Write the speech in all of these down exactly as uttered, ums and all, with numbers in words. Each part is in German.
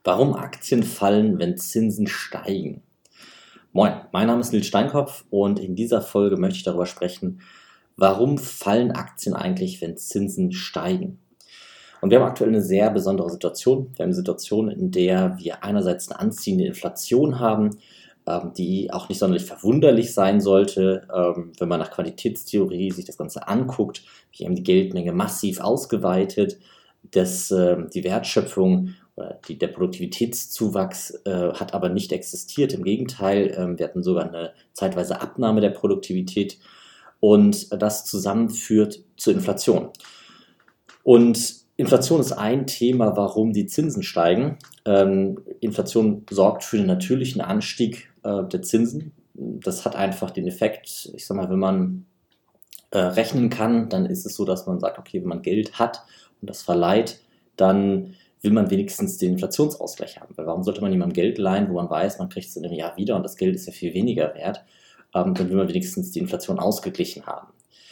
Warum Aktien fallen, wenn Zinsen steigen? Moin, mein Name ist Nils Steinkopf und in dieser Folge möchte ich darüber sprechen, warum fallen Aktien eigentlich, wenn Zinsen steigen? Und wir haben aktuell eine sehr besondere Situation. Wir haben eine Situation, in der wir einerseits eine anziehende Inflation haben, ähm, die auch nicht sonderlich verwunderlich sein sollte, ähm, wenn man nach Quantitätstheorie sich das Ganze anguckt. Wir haben die Geldmenge massiv ausgeweitet, das, äh, die Wertschöpfung oder die, der Produktivitätszuwachs äh, hat aber nicht existiert. Im Gegenteil, ähm, wir hatten sogar eine zeitweise Abnahme der Produktivität und das zusammen führt zur Inflation. Und Inflation ist ein Thema, warum die Zinsen steigen. Ähm, Inflation sorgt für den natürlichen Anstieg äh, der Zinsen. Das hat einfach den Effekt, ich sag mal, wenn man äh, rechnen kann, dann ist es so, dass man sagt, okay, wenn man Geld hat und das verleiht, dann will man wenigstens den Inflationsausgleich haben. Weil warum sollte man jemandem Geld leihen, wo man weiß, man kriegt es in einem Jahr wieder und das Geld ist ja viel weniger wert? Ähm, dann will man wenigstens die Inflation ausgeglichen haben.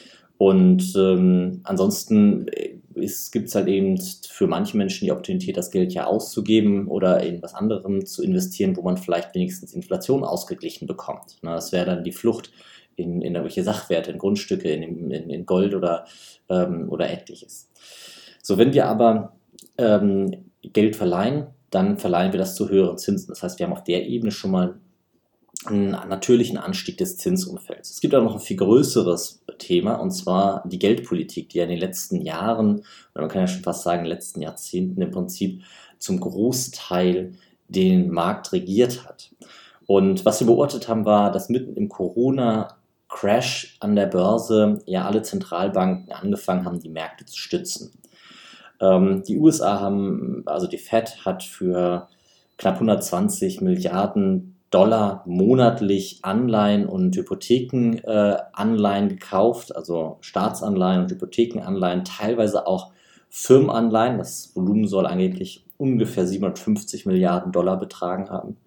Und ähm, ansonsten gibt es halt eben für manche Menschen die Opportunität, das Geld ja auszugeben oder in was anderem zu investieren, wo man vielleicht wenigstens die Inflation ausgeglichen bekommt. Na, das wäre dann die Flucht in, in irgendwelche Sachwerte, in Grundstücke, in, in, in Gold oder, ähm, oder etliches. So, wenn wir aber ähm, Geld verleihen, dann verleihen wir das zu höheren Zinsen. Das heißt, wir haben auf der Ebene schon mal einen natürlichen Anstieg des Zinsumfelds. Es gibt aber noch ein viel größeres Thema, und zwar die Geldpolitik, die ja in den letzten Jahren, oder man kann ja schon fast sagen, in den letzten Jahrzehnten im Prinzip zum Großteil den Markt regiert hat. Und was wir beobachtet haben, war, dass mitten im Corona-Crash an der Börse ja alle Zentralbanken angefangen haben, die Märkte zu stützen. Ähm, die U S A haben, also die Fed hat für knapp hundertzwanzig Milliarden Dollar monatlich Anleihen und Hypothekenanleihen äh, gekauft, also Staatsanleihen und Hypothekenanleihen, teilweise auch Firmenanleihen. Das Volumen soll angeblich ungefähr siebenhundertfünfzig Milliarden Dollar betragen haben.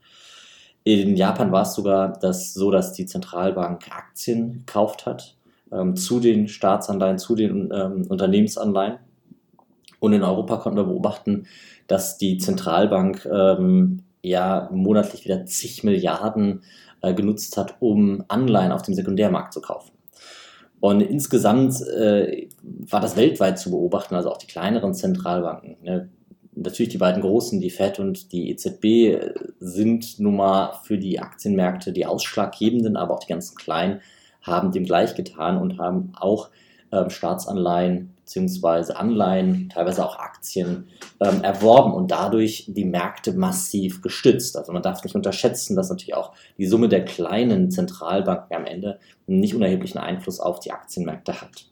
In Japan war es sogar das, so, dass die Zentralbank Aktien gekauft hat, ähm, zu den Staatsanleihen, zu den ähm, Unternehmensanleihen. Und in Europa konnten wir beobachten, dass die Zentralbank ähm, ja monatlich wieder zig Milliarden äh, genutzt hat, um Anleihen auf dem Sekundärmarkt zu kaufen. Und insgesamt äh, war das weltweit zu beobachten, also auch die kleineren Zentralbanken. Ne? Natürlich die beiden großen, die Fed und die E Z B, sind nun mal für die Aktienmärkte die ausschlaggebenden, aber auch die ganzen kleinen haben dem gleich getan und haben auch ähm, Staatsanleihen beziehungsweise Anleihen, teilweise auch Aktien ähm, erworben und dadurch die Märkte massiv gestützt. Also man darf nicht unterschätzen, dass natürlich auch die Summe der kleinen Zentralbanken am Ende einen nicht unerheblichen Einfluss auf die Aktienmärkte hat.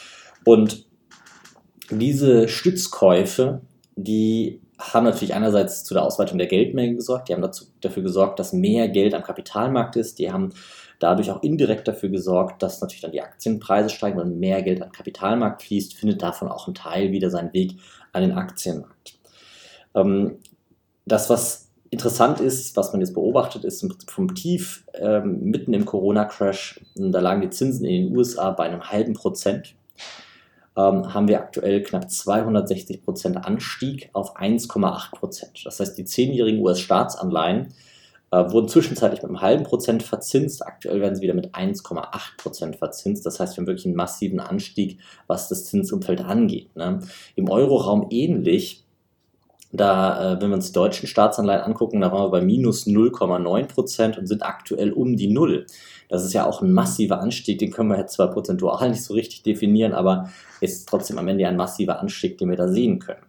Und diese Stützkäufe, die haben natürlich einerseits zu der Ausweitung der Geldmenge gesorgt, die haben dazu, dafür gesorgt, dass mehr Geld am Kapitalmarkt ist, die haben dadurch auch indirekt dafür gesorgt, dass natürlich dann die Aktienpreise steigen, weil mehr Geld an den Kapitalmarkt fließt, findet davon auch ein Teil wieder seinen Weg an den Aktienmarkt. Ähm, das, was interessant ist, was man jetzt beobachtet, ist vom Tief ähm, mitten im Corona-Crash, da lagen die Zinsen in den U S A bei einem halben Prozent. Ähm, haben wir aktuell knapp zweihundertsechzig Prozent Anstieg auf eins Komma acht Prozent. Das heißt, die zehnjährigen U S-Staatsanleihen äh, wurden zwischenzeitlich mit einem halben Prozent verzinst. Aktuell werden sie wieder mit eins Komma acht Prozent verzinst. Das heißt, wir haben wirklich einen massiven Anstieg, was das Zinsumfeld angeht. Ne? Im Euroraum ähnlich. Da, äh, wenn wir uns die deutschen Staatsanleihen angucken, da waren wir bei minus null Komma neun Prozent und sind aktuell um die Null. Das ist ja auch ein massiver Anstieg, den können wir jetzt zwar prozentual nicht so richtig definieren, aber ist trotzdem am Ende ein massiver Anstieg, den wir da sehen können.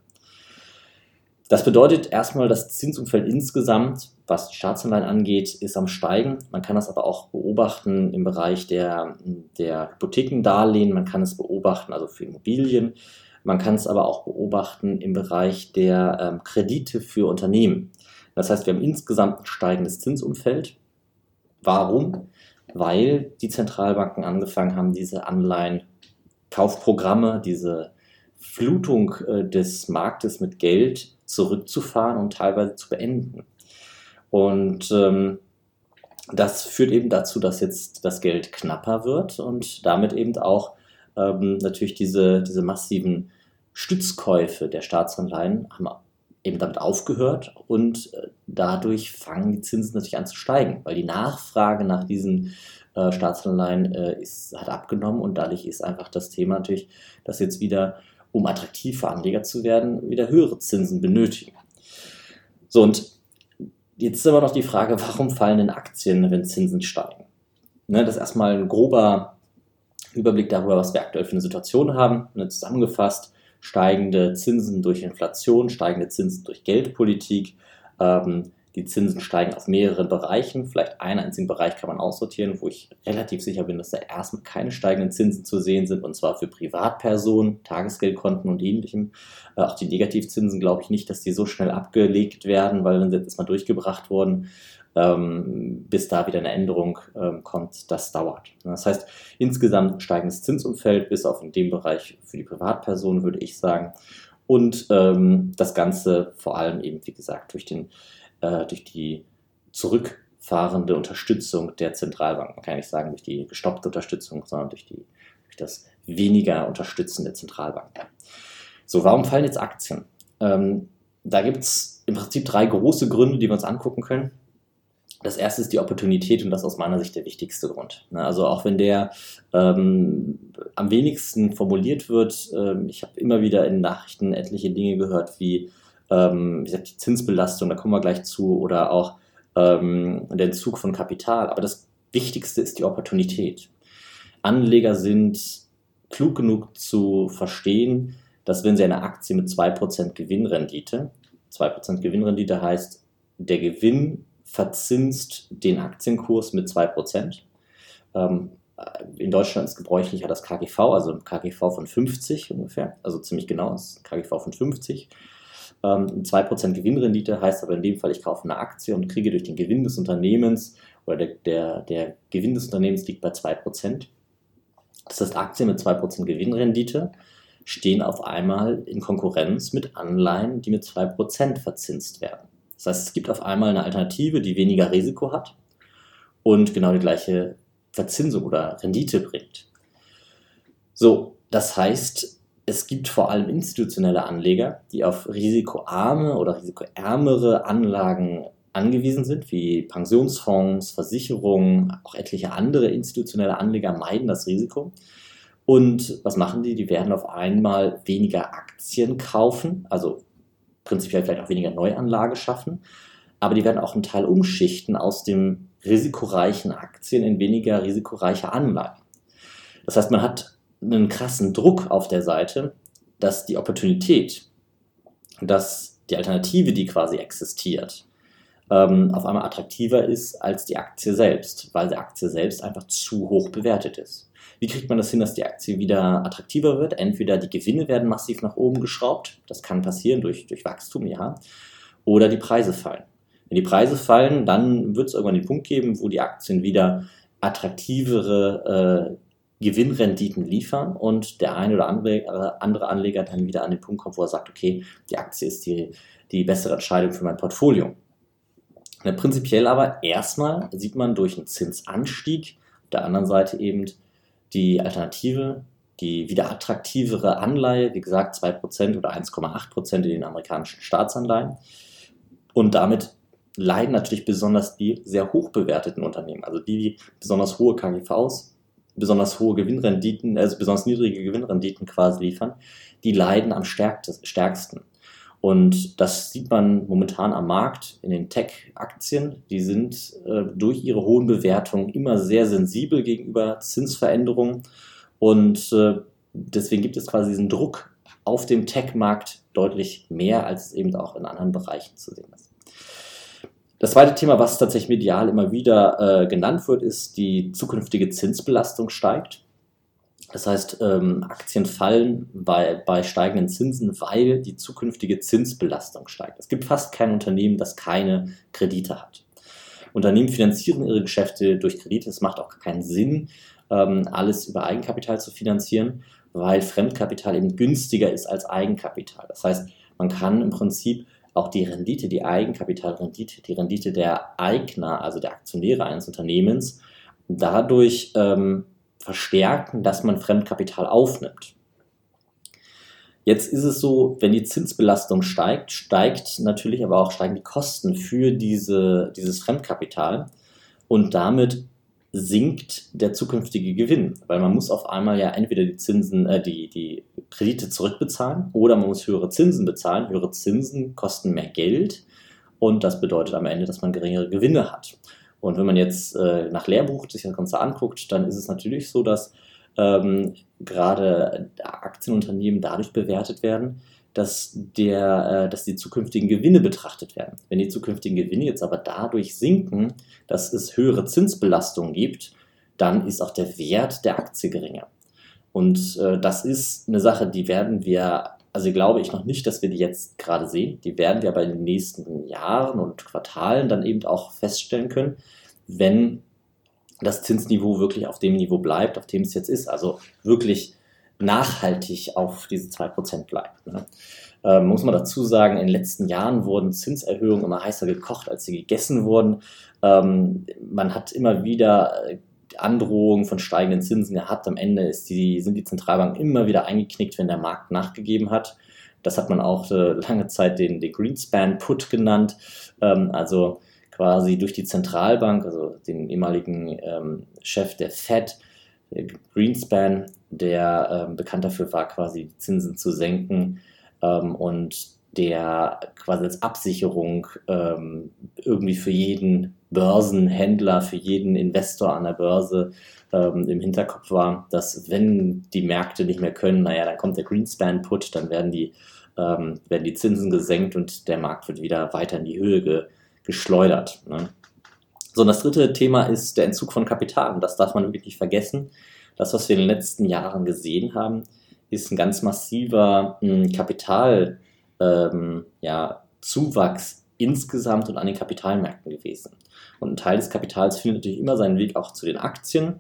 Das bedeutet erstmal, das Zinsumfeld insgesamt, was die Staatsanleihen angeht, ist am Steigen. Man kann das aber auch beobachten im Bereich der, der Hypothekendarlehen, man kann es beobachten, also für Immobilien. Man kann es aber auch beobachten im Bereich der ähm, Kredite für Unternehmen. Das heißt, wir haben insgesamt ein steigendes Zinsumfeld. Warum? Weil die Zentralbanken angefangen haben, diese Anleihenkaufprogramme, diese Flutung äh, des Marktes mit Geld zurückzufahren und teilweise zu beenden. Und ähm, das führt eben dazu, dass jetzt das Geld knapper wird und damit eben auch ähm, natürlich diese, diese massiven Stützkäufe der Staatsanleihen haben eben damit aufgehört und äh, dadurch fangen die Zinsen natürlich an zu steigen, weil die Nachfrage nach diesen äh, Staatsanleihen äh, ist, hat abgenommen und dadurch ist einfach das Thema natürlich, dass jetzt wieder, um attraktiv für Anleger zu werden, wieder höhere Zinsen benötigen. So, und jetzt ist aber noch die Frage, warum fallen denn Aktien, wenn Zinsen steigen? Ne, das ist erstmal ein grober Überblick darüber, was wir aktuell für eine Situation haben. Ne, zusammengefasst, steigende Zinsen durch Inflation, steigende Zinsen durch Geldpolitik. Ähm, die Zinsen steigen auf mehreren Bereichen. Vielleicht einen einzigen Bereich kann man aussortieren, wo ich relativ sicher bin, dass da erstmal keine steigenden Zinsen zu sehen sind, und zwar für Privatpersonen, Tagesgeldkonten und Ähnlichem. Äh, auch die Negativzinsen glaube ich nicht, dass die so schnell abgelegt werden, weil wenn sie jetzt mal durchgebracht wurden, ähm, bis da wieder eine Änderung ähm, kommt, das dauert. Das heißt, insgesamt steigendes Zinsumfeld, bis auf in dem Bereich für die Privatpersonen, würde ich sagen. Und ähm, das Ganze vor allem eben, wie gesagt, durch, den, äh, durch die zurückfahrende Unterstützung der Zentralbank. Man kann nicht sagen durch die gestoppte Unterstützung, sondern durch, die, durch das weniger Unterstützen der Zentralbank. So, warum fallen jetzt Aktien? Ähm, da gibt es im Prinzip drei große Gründe, die wir uns angucken können. Das erste ist die Opportunität und das ist aus meiner Sicht der wichtigste Grund. Also auch wenn der ähm, am wenigsten formuliert wird, ähm, ich habe immer wieder in Nachrichten etliche Dinge gehört, wie, ähm, wie gesagt, die Zinsbelastung, da kommen wir gleich zu, oder auch ähm, der Entzug von Kapital. Aber das Wichtigste ist die Opportunität. Anleger sind klug genug zu verstehen, dass wenn sie eine Aktie mit zwei Prozent Gewinnrendite, zwei Prozent Gewinnrendite heißt, der Gewinn verzinst den Aktienkurs mit zwei Prozent. Ähm, in Deutschland ist gebräuchlicher das K G V, also ein K G V von fünfzig ungefähr, also ziemlich genau, das K G V von fünfzig. Ähm, zwei Prozent Gewinnrendite heißt aber in dem Fall, ich kaufe eine Aktie und kriege durch den Gewinn des Unternehmens, oder der, der, der Gewinn des Unternehmens liegt bei zwei Prozent. Das heißt, Aktien mit zwei Prozent Gewinnrendite stehen auf einmal in Konkurrenz mit Anleihen, die mit zwei Prozent verzinst werden. Das heißt, es gibt auf einmal eine Alternative, die weniger Risiko hat und genau die gleiche Verzinsung oder Rendite bringt. So, das heißt, es gibt vor allem institutionelle Anleger, die auf risikoarme oder risikoärmere Anlagen angewiesen sind, wie Pensionsfonds, Versicherungen, auch etliche andere institutionelle Anleger meiden das Risiko. Und was machen die? Die werden auf einmal weniger Aktien kaufen, also prinzipiell vielleicht auch weniger Neuanlage schaffen, aber die werden auch einen Teil umschichten aus dem risikoreichen Aktien in weniger risikoreiche Anlagen. Das heißt, man hat einen krassen Druck auf der Seite, dass die Opportunität, dass die Alternative, die quasi existiert, ähm, auf einmal attraktiver ist als die Aktie selbst, weil die Aktie selbst einfach zu hoch bewertet ist. Wie kriegt man das hin, dass die Aktie wieder attraktiver wird? Entweder die Gewinne werden massiv nach oben geschraubt, das kann passieren durch, durch Wachstum, ja, oder die Preise fallen. Wenn die Preise fallen, dann wird es irgendwann den Punkt geben, wo die Aktien wieder attraktivere äh, Gewinnrenditen liefern und der eine oder andere, andere Anleger dann wieder an den Punkt kommt, wo er sagt, okay, die Aktie ist die, die bessere Entscheidung für mein Portfolio. Ja, prinzipiell aber erstmal sieht man durch einen Zinsanstieg auf der anderen Seite eben die Alternative, die wieder attraktivere Anleihe, wie gesagt zwei Prozent oder eins Komma acht Prozent in den amerikanischen Staatsanleihen. Und damit leiden natürlich besonders die sehr hoch bewerteten Unternehmen, also die, die besonders hohe K G Vs, besonders hohe Gewinnrenditen, also besonders niedrige Gewinnrenditen quasi liefern, die leiden am stärksten. Und das sieht man momentan am Markt in den Tech-Aktien. Die sind äh, durch ihre hohen Bewertungen immer sehr sensibel gegenüber Zinsveränderungen. Und äh, deswegen gibt es quasi diesen Druck auf dem Tech-Markt deutlich mehr, als es eben auch in anderen Bereichen zu sehen ist. Das zweite Thema, was tatsächlich medial immer wieder äh, genannt wird, ist, die zukünftige Zinsbelastung steigt. Das heißt, ähm, Aktien fallen bei, bei steigenden Zinsen, weil die zukünftige Zinsbelastung steigt. Es gibt fast kein Unternehmen, das keine Kredite hat. Unternehmen finanzieren ihre Geschäfte durch Kredite. Es macht auch keinen Sinn, ähm, alles über Eigenkapital zu finanzieren, weil Fremdkapital eben günstiger ist als Eigenkapital. Das heißt, man kann im Prinzip auch die Rendite, die Eigenkapitalrendite, die Rendite der Eigner, also der Aktionäre eines Unternehmens, dadurch ähm, verstärken, dass man Fremdkapital aufnimmt. Jetzt ist es so, wenn die Zinsbelastung steigt, steigt natürlich aber auch steigen die Kosten für diese, dieses Fremdkapital und damit sinkt der zukünftige Gewinn, weil man muss auf einmal ja entweder die Zinsen, äh, die, die Kredite zurückbezahlen oder man muss höhere Zinsen bezahlen. Höhere Zinsen kosten mehr Geld und das bedeutet am Ende, dass man geringere Gewinne hat. Und wenn man jetzt äh, nach Lehrbuch sich das Ganze anguckt, dann ist es natürlich so, dass ähm, gerade Aktienunternehmen dadurch bewertet werden, dass, der, äh, dass die zukünftigen Gewinne betrachtet werden. Wenn die zukünftigen Gewinne jetzt aber dadurch sinken, dass es höhere Zinsbelastungen gibt, dann ist auch der Wert der Aktie geringer. Und äh, das ist eine Sache, die werden wir, also glaube ich noch nicht, dass wir die jetzt gerade sehen, die werden wir aber in den nächsten Jahren und Quartalen dann eben auch feststellen können, wenn das Zinsniveau wirklich auf dem Niveau bleibt, auf dem es jetzt ist, also wirklich nachhaltig auf diese zwei Prozent bleibt. Ne? Ähm, muss man dazu sagen, in den letzten Jahren wurden Zinserhöhungen immer heißer gekocht, als sie gegessen wurden. Ähm, man hat immer wieder Androhungen von steigenden Zinsen gehabt. Am Ende ist die, sind die Zentralbanken immer wieder eingeknickt, wenn der Markt nachgegeben hat. Das hat man auch äh, lange Zeit den, den Greenspan-Put genannt. Ähm, also quasi durch die Zentralbank, also den ehemaligen ähm, Chef der Fed, der Greenspan, der ähm, bekannt dafür war, quasi die Zinsen zu senken ähm, und der quasi als Absicherung ähm, irgendwie für jeden Börsenhändler, für jeden Investor an der Börse ähm, im Hinterkopf war, dass wenn die Märkte nicht mehr können, naja, dann kommt der Greenspan-Put, dann werden die, ähm, werden die Zinsen gesenkt und der Markt wird wieder weiter in die Höhe ge geschleudert. Ne? So, und das dritte Thema ist der Entzug von Kapital. Und das darf man wirklich nicht vergessen. Das, was wir in den letzten Jahren gesehen haben, ist ein ganz massiver Kapitalzuwachs ähm, ja, insgesamt und an den Kapitalmärkten gewesen. Und ein Teil des Kapitals findet natürlich immer seinen Weg auch zu den Aktien.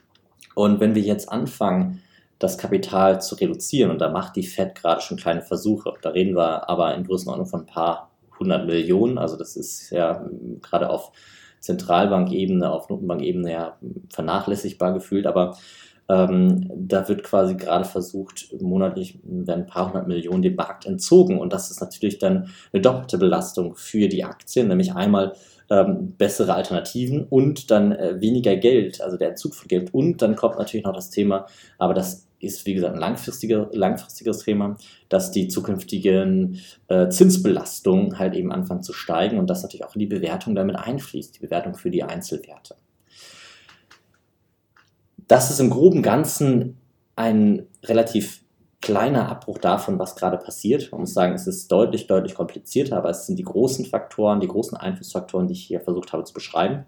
Und wenn wir jetzt anfangen, das Kapital zu reduzieren, und da macht die Fed gerade schon kleine Versuche, da reden wir aber in Größenordnung von ein paar hundert Millionen, also das ist ja gerade auf Zentralbankebene, auf Notenbankebene ja vernachlässigbar gefühlt, aber ähm, da wird quasi gerade versucht, monatlich werden ein paar hundert Millionen dem Markt entzogen und das ist natürlich dann eine doppelte Belastung für die Aktien, nämlich einmal ähm, bessere Alternativen und dann äh, weniger Geld, also der Entzug von Geld und dann kommt natürlich noch das Thema, aber das ist wie gesagt ein langfristiger, langfristiges Thema, dass die zukünftigen äh, Zinsbelastungen halt eben anfangen zu steigen und das natürlich auch in die Bewertung damit einfließt, die Bewertung für die Einzelwerte. Das ist im groben Ganzen ein relativ kleiner Abbruch davon, was gerade passiert. Man muss sagen, es ist deutlich, deutlich komplizierter, aber es sind die großen Faktoren, die großen Einflussfaktoren, die ich hier versucht habe zu beschreiben.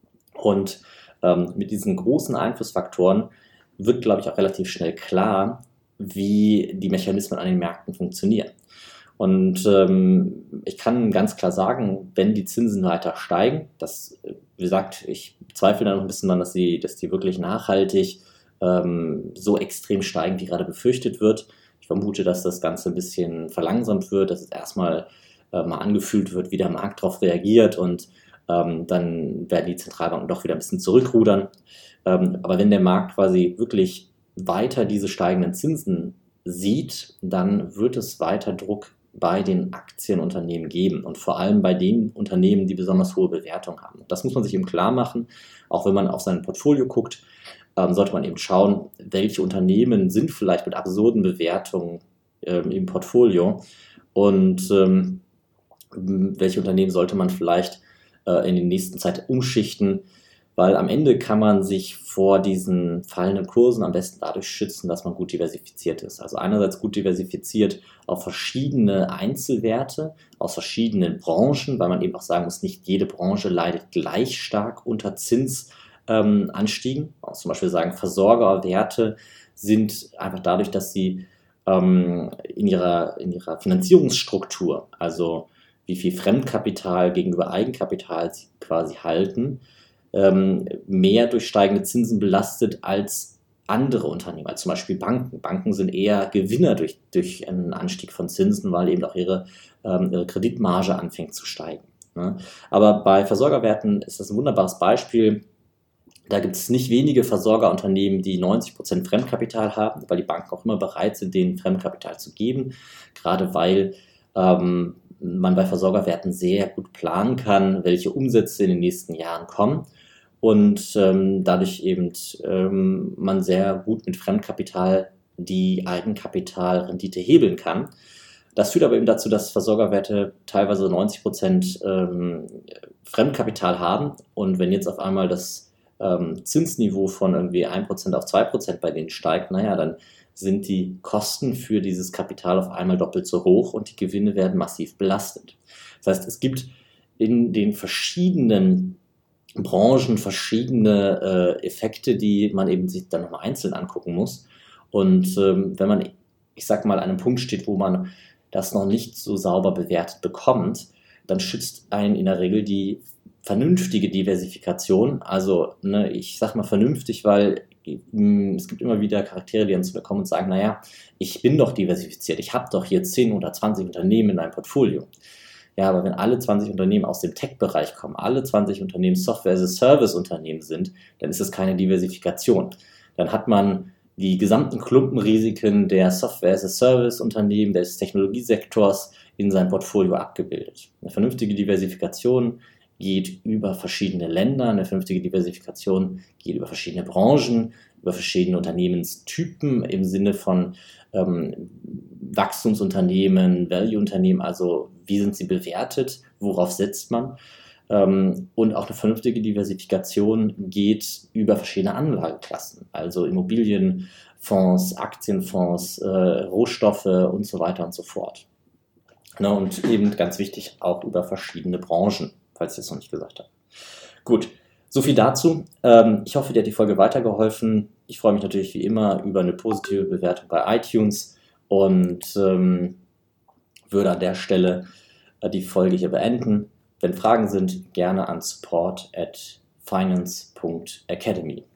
Und ähm, mit diesen großen Einflussfaktoren wird, glaube ich, auch relativ schnell klar, wie die Mechanismen an den Märkten funktionieren. Und ähm, ich kann ganz klar sagen, wenn die Zinsen weiter steigen, das, wie gesagt, ich zweifle da noch ein bisschen dran, dass die, dass die wirklich nachhaltig ähm, so extrem steigen, wie gerade befürchtet wird. Ich vermute, dass das Ganze ein bisschen verlangsamt wird, dass es erstmal äh, mal angefühlt wird, wie der Markt darauf reagiert und ähm, dann werden die Zentralbanken doch wieder ein bisschen zurückrudern. Ähm, aber wenn der Markt quasi wirklich weiter diese steigenden Zinsen sieht, dann wird es weiter Druck bei den Aktienunternehmen geben und vor allem bei den Unternehmen, die besonders hohe Bewertung haben. Das muss man sich eben klar machen, auch wenn man auf sein Portfolio guckt, ähm, sollte man eben schauen, welche Unternehmen sind vielleicht mit absurden Bewertungen ähm, im Portfolio und ähm, welche Unternehmen sollte man vielleicht äh, in der nächsten Zeit umschichten, weil am Ende kann man sich vor diesen fallenden Kursen am besten dadurch schützen, dass man gut diversifiziert ist. Also einerseits gut diversifiziert auf verschiedene Einzelwerte aus verschiedenen Branchen, weil man eben auch sagen muss, nicht jede Branche leidet gleich stark unter Zinsanstiegen. Ähm, auch zum Beispiel sagen, Versorgerwerte sind einfach dadurch, dass sie ähm, in ihrer, in ihrer Finanzierungsstruktur, also wie viel Fremdkapital gegenüber Eigenkapital sie quasi halten, mehr durch steigende Zinsen belastet als andere Unternehmen, als zum Beispiel Banken. Banken sind eher Gewinner durch, durch einen Anstieg von Zinsen, weil eben auch ihre, ähm, ihre Kreditmarge anfängt zu steigen. Ne? Aber bei Versorgerwerten ist das ein wunderbares Beispiel. Da gibt es nicht wenige Versorgerunternehmen, die neunzig Prozent Fremdkapital haben, weil die Banken auch immer bereit sind, denen Fremdkapital zu geben, gerade weil ähm, man bei Versorgerwerten sehr gut planen kann, welche Umsätze in den nächsten Jahren kommen und ähm, dadurch eben ähm, man sehr gut mit Fremdkapital die Eigenkapitalrendite hebeln kann. Das führt aber eben dazu, dass Versorgerwerte teilweise neunzig Prozent ähm, Fremdkapital haben und wenn jetzt auf einmal das ähm, Zinsniveau von irgendwie ein Prozent auf zwei Prozent bei denen steigt, naja, dann sind die Kosten für dieses Kapital auf einmal doppelt so hoch und die Gewinne werden massiv belastet. Das heißt, es gibt in den verschiedenen Branchen verschiedene äh, Effekte, die man eben sich dann nochmal einzeln angucken muss. Und ähm, wenn man, ich sag mal, an einem Punkt steht, wo man das noch nicht so sauber bewertet bekommt, dann schützt einen in der Regel die vernünftige Diversifikation. Also ne, ich sag mal vernünftig, weil mh, es gibt immer wieder Charaktere, die dann zu mir kommen und sagen, naja, ich bin doch diversifiziert, ich habe doch hier zehn oder zwanzig Unternehmen in einem Portfolio. Ja, aber wenn alle zwanzig Unternehmen aus dem Tech-Bereich kommen, alle zwanzig Unternehmen Software-as-a-Service-Unternehmen sind, dann ist es keine Diversifikation. Dann hat man die gesamten Klumpenrisiken der Software-as-a-Service-Unternehmen, des Technologiesektors in seinem Portfolio abgebildet. Eine vernünftige Diversifikation geht über verschiedene Länder, eine vernünftige Diversifikation geht über verschiedene Branchen, über verschiedene Unternehmenstypen im Sinne von ähm, Wachstumsunternehmen, Value-Unternehmen, also wie sind sie bewertet, worauf setzt man. Ähm, und auch eine vernünftige Diversifikation geht über verschiedene Anlageklassen, also Immobilienfonds, Aktienfonds, äh, Rohstoffe und so weiter und so fort. Na, und eben ganz wichtig auch über verschiedene Branchen, falls ich das noch nicht gesagt habe. Gut, so viel dazu. Ähm, ich hoffe, dir hat die Folge weitergeholfen. Ich freue mich natürlich wie immer über eine positive Bewertung bei iTunes und ähm, würde an der Stelle äh, die Folge hier beenden. Wenn Fragen sind, gerne an support at finance punkt academy.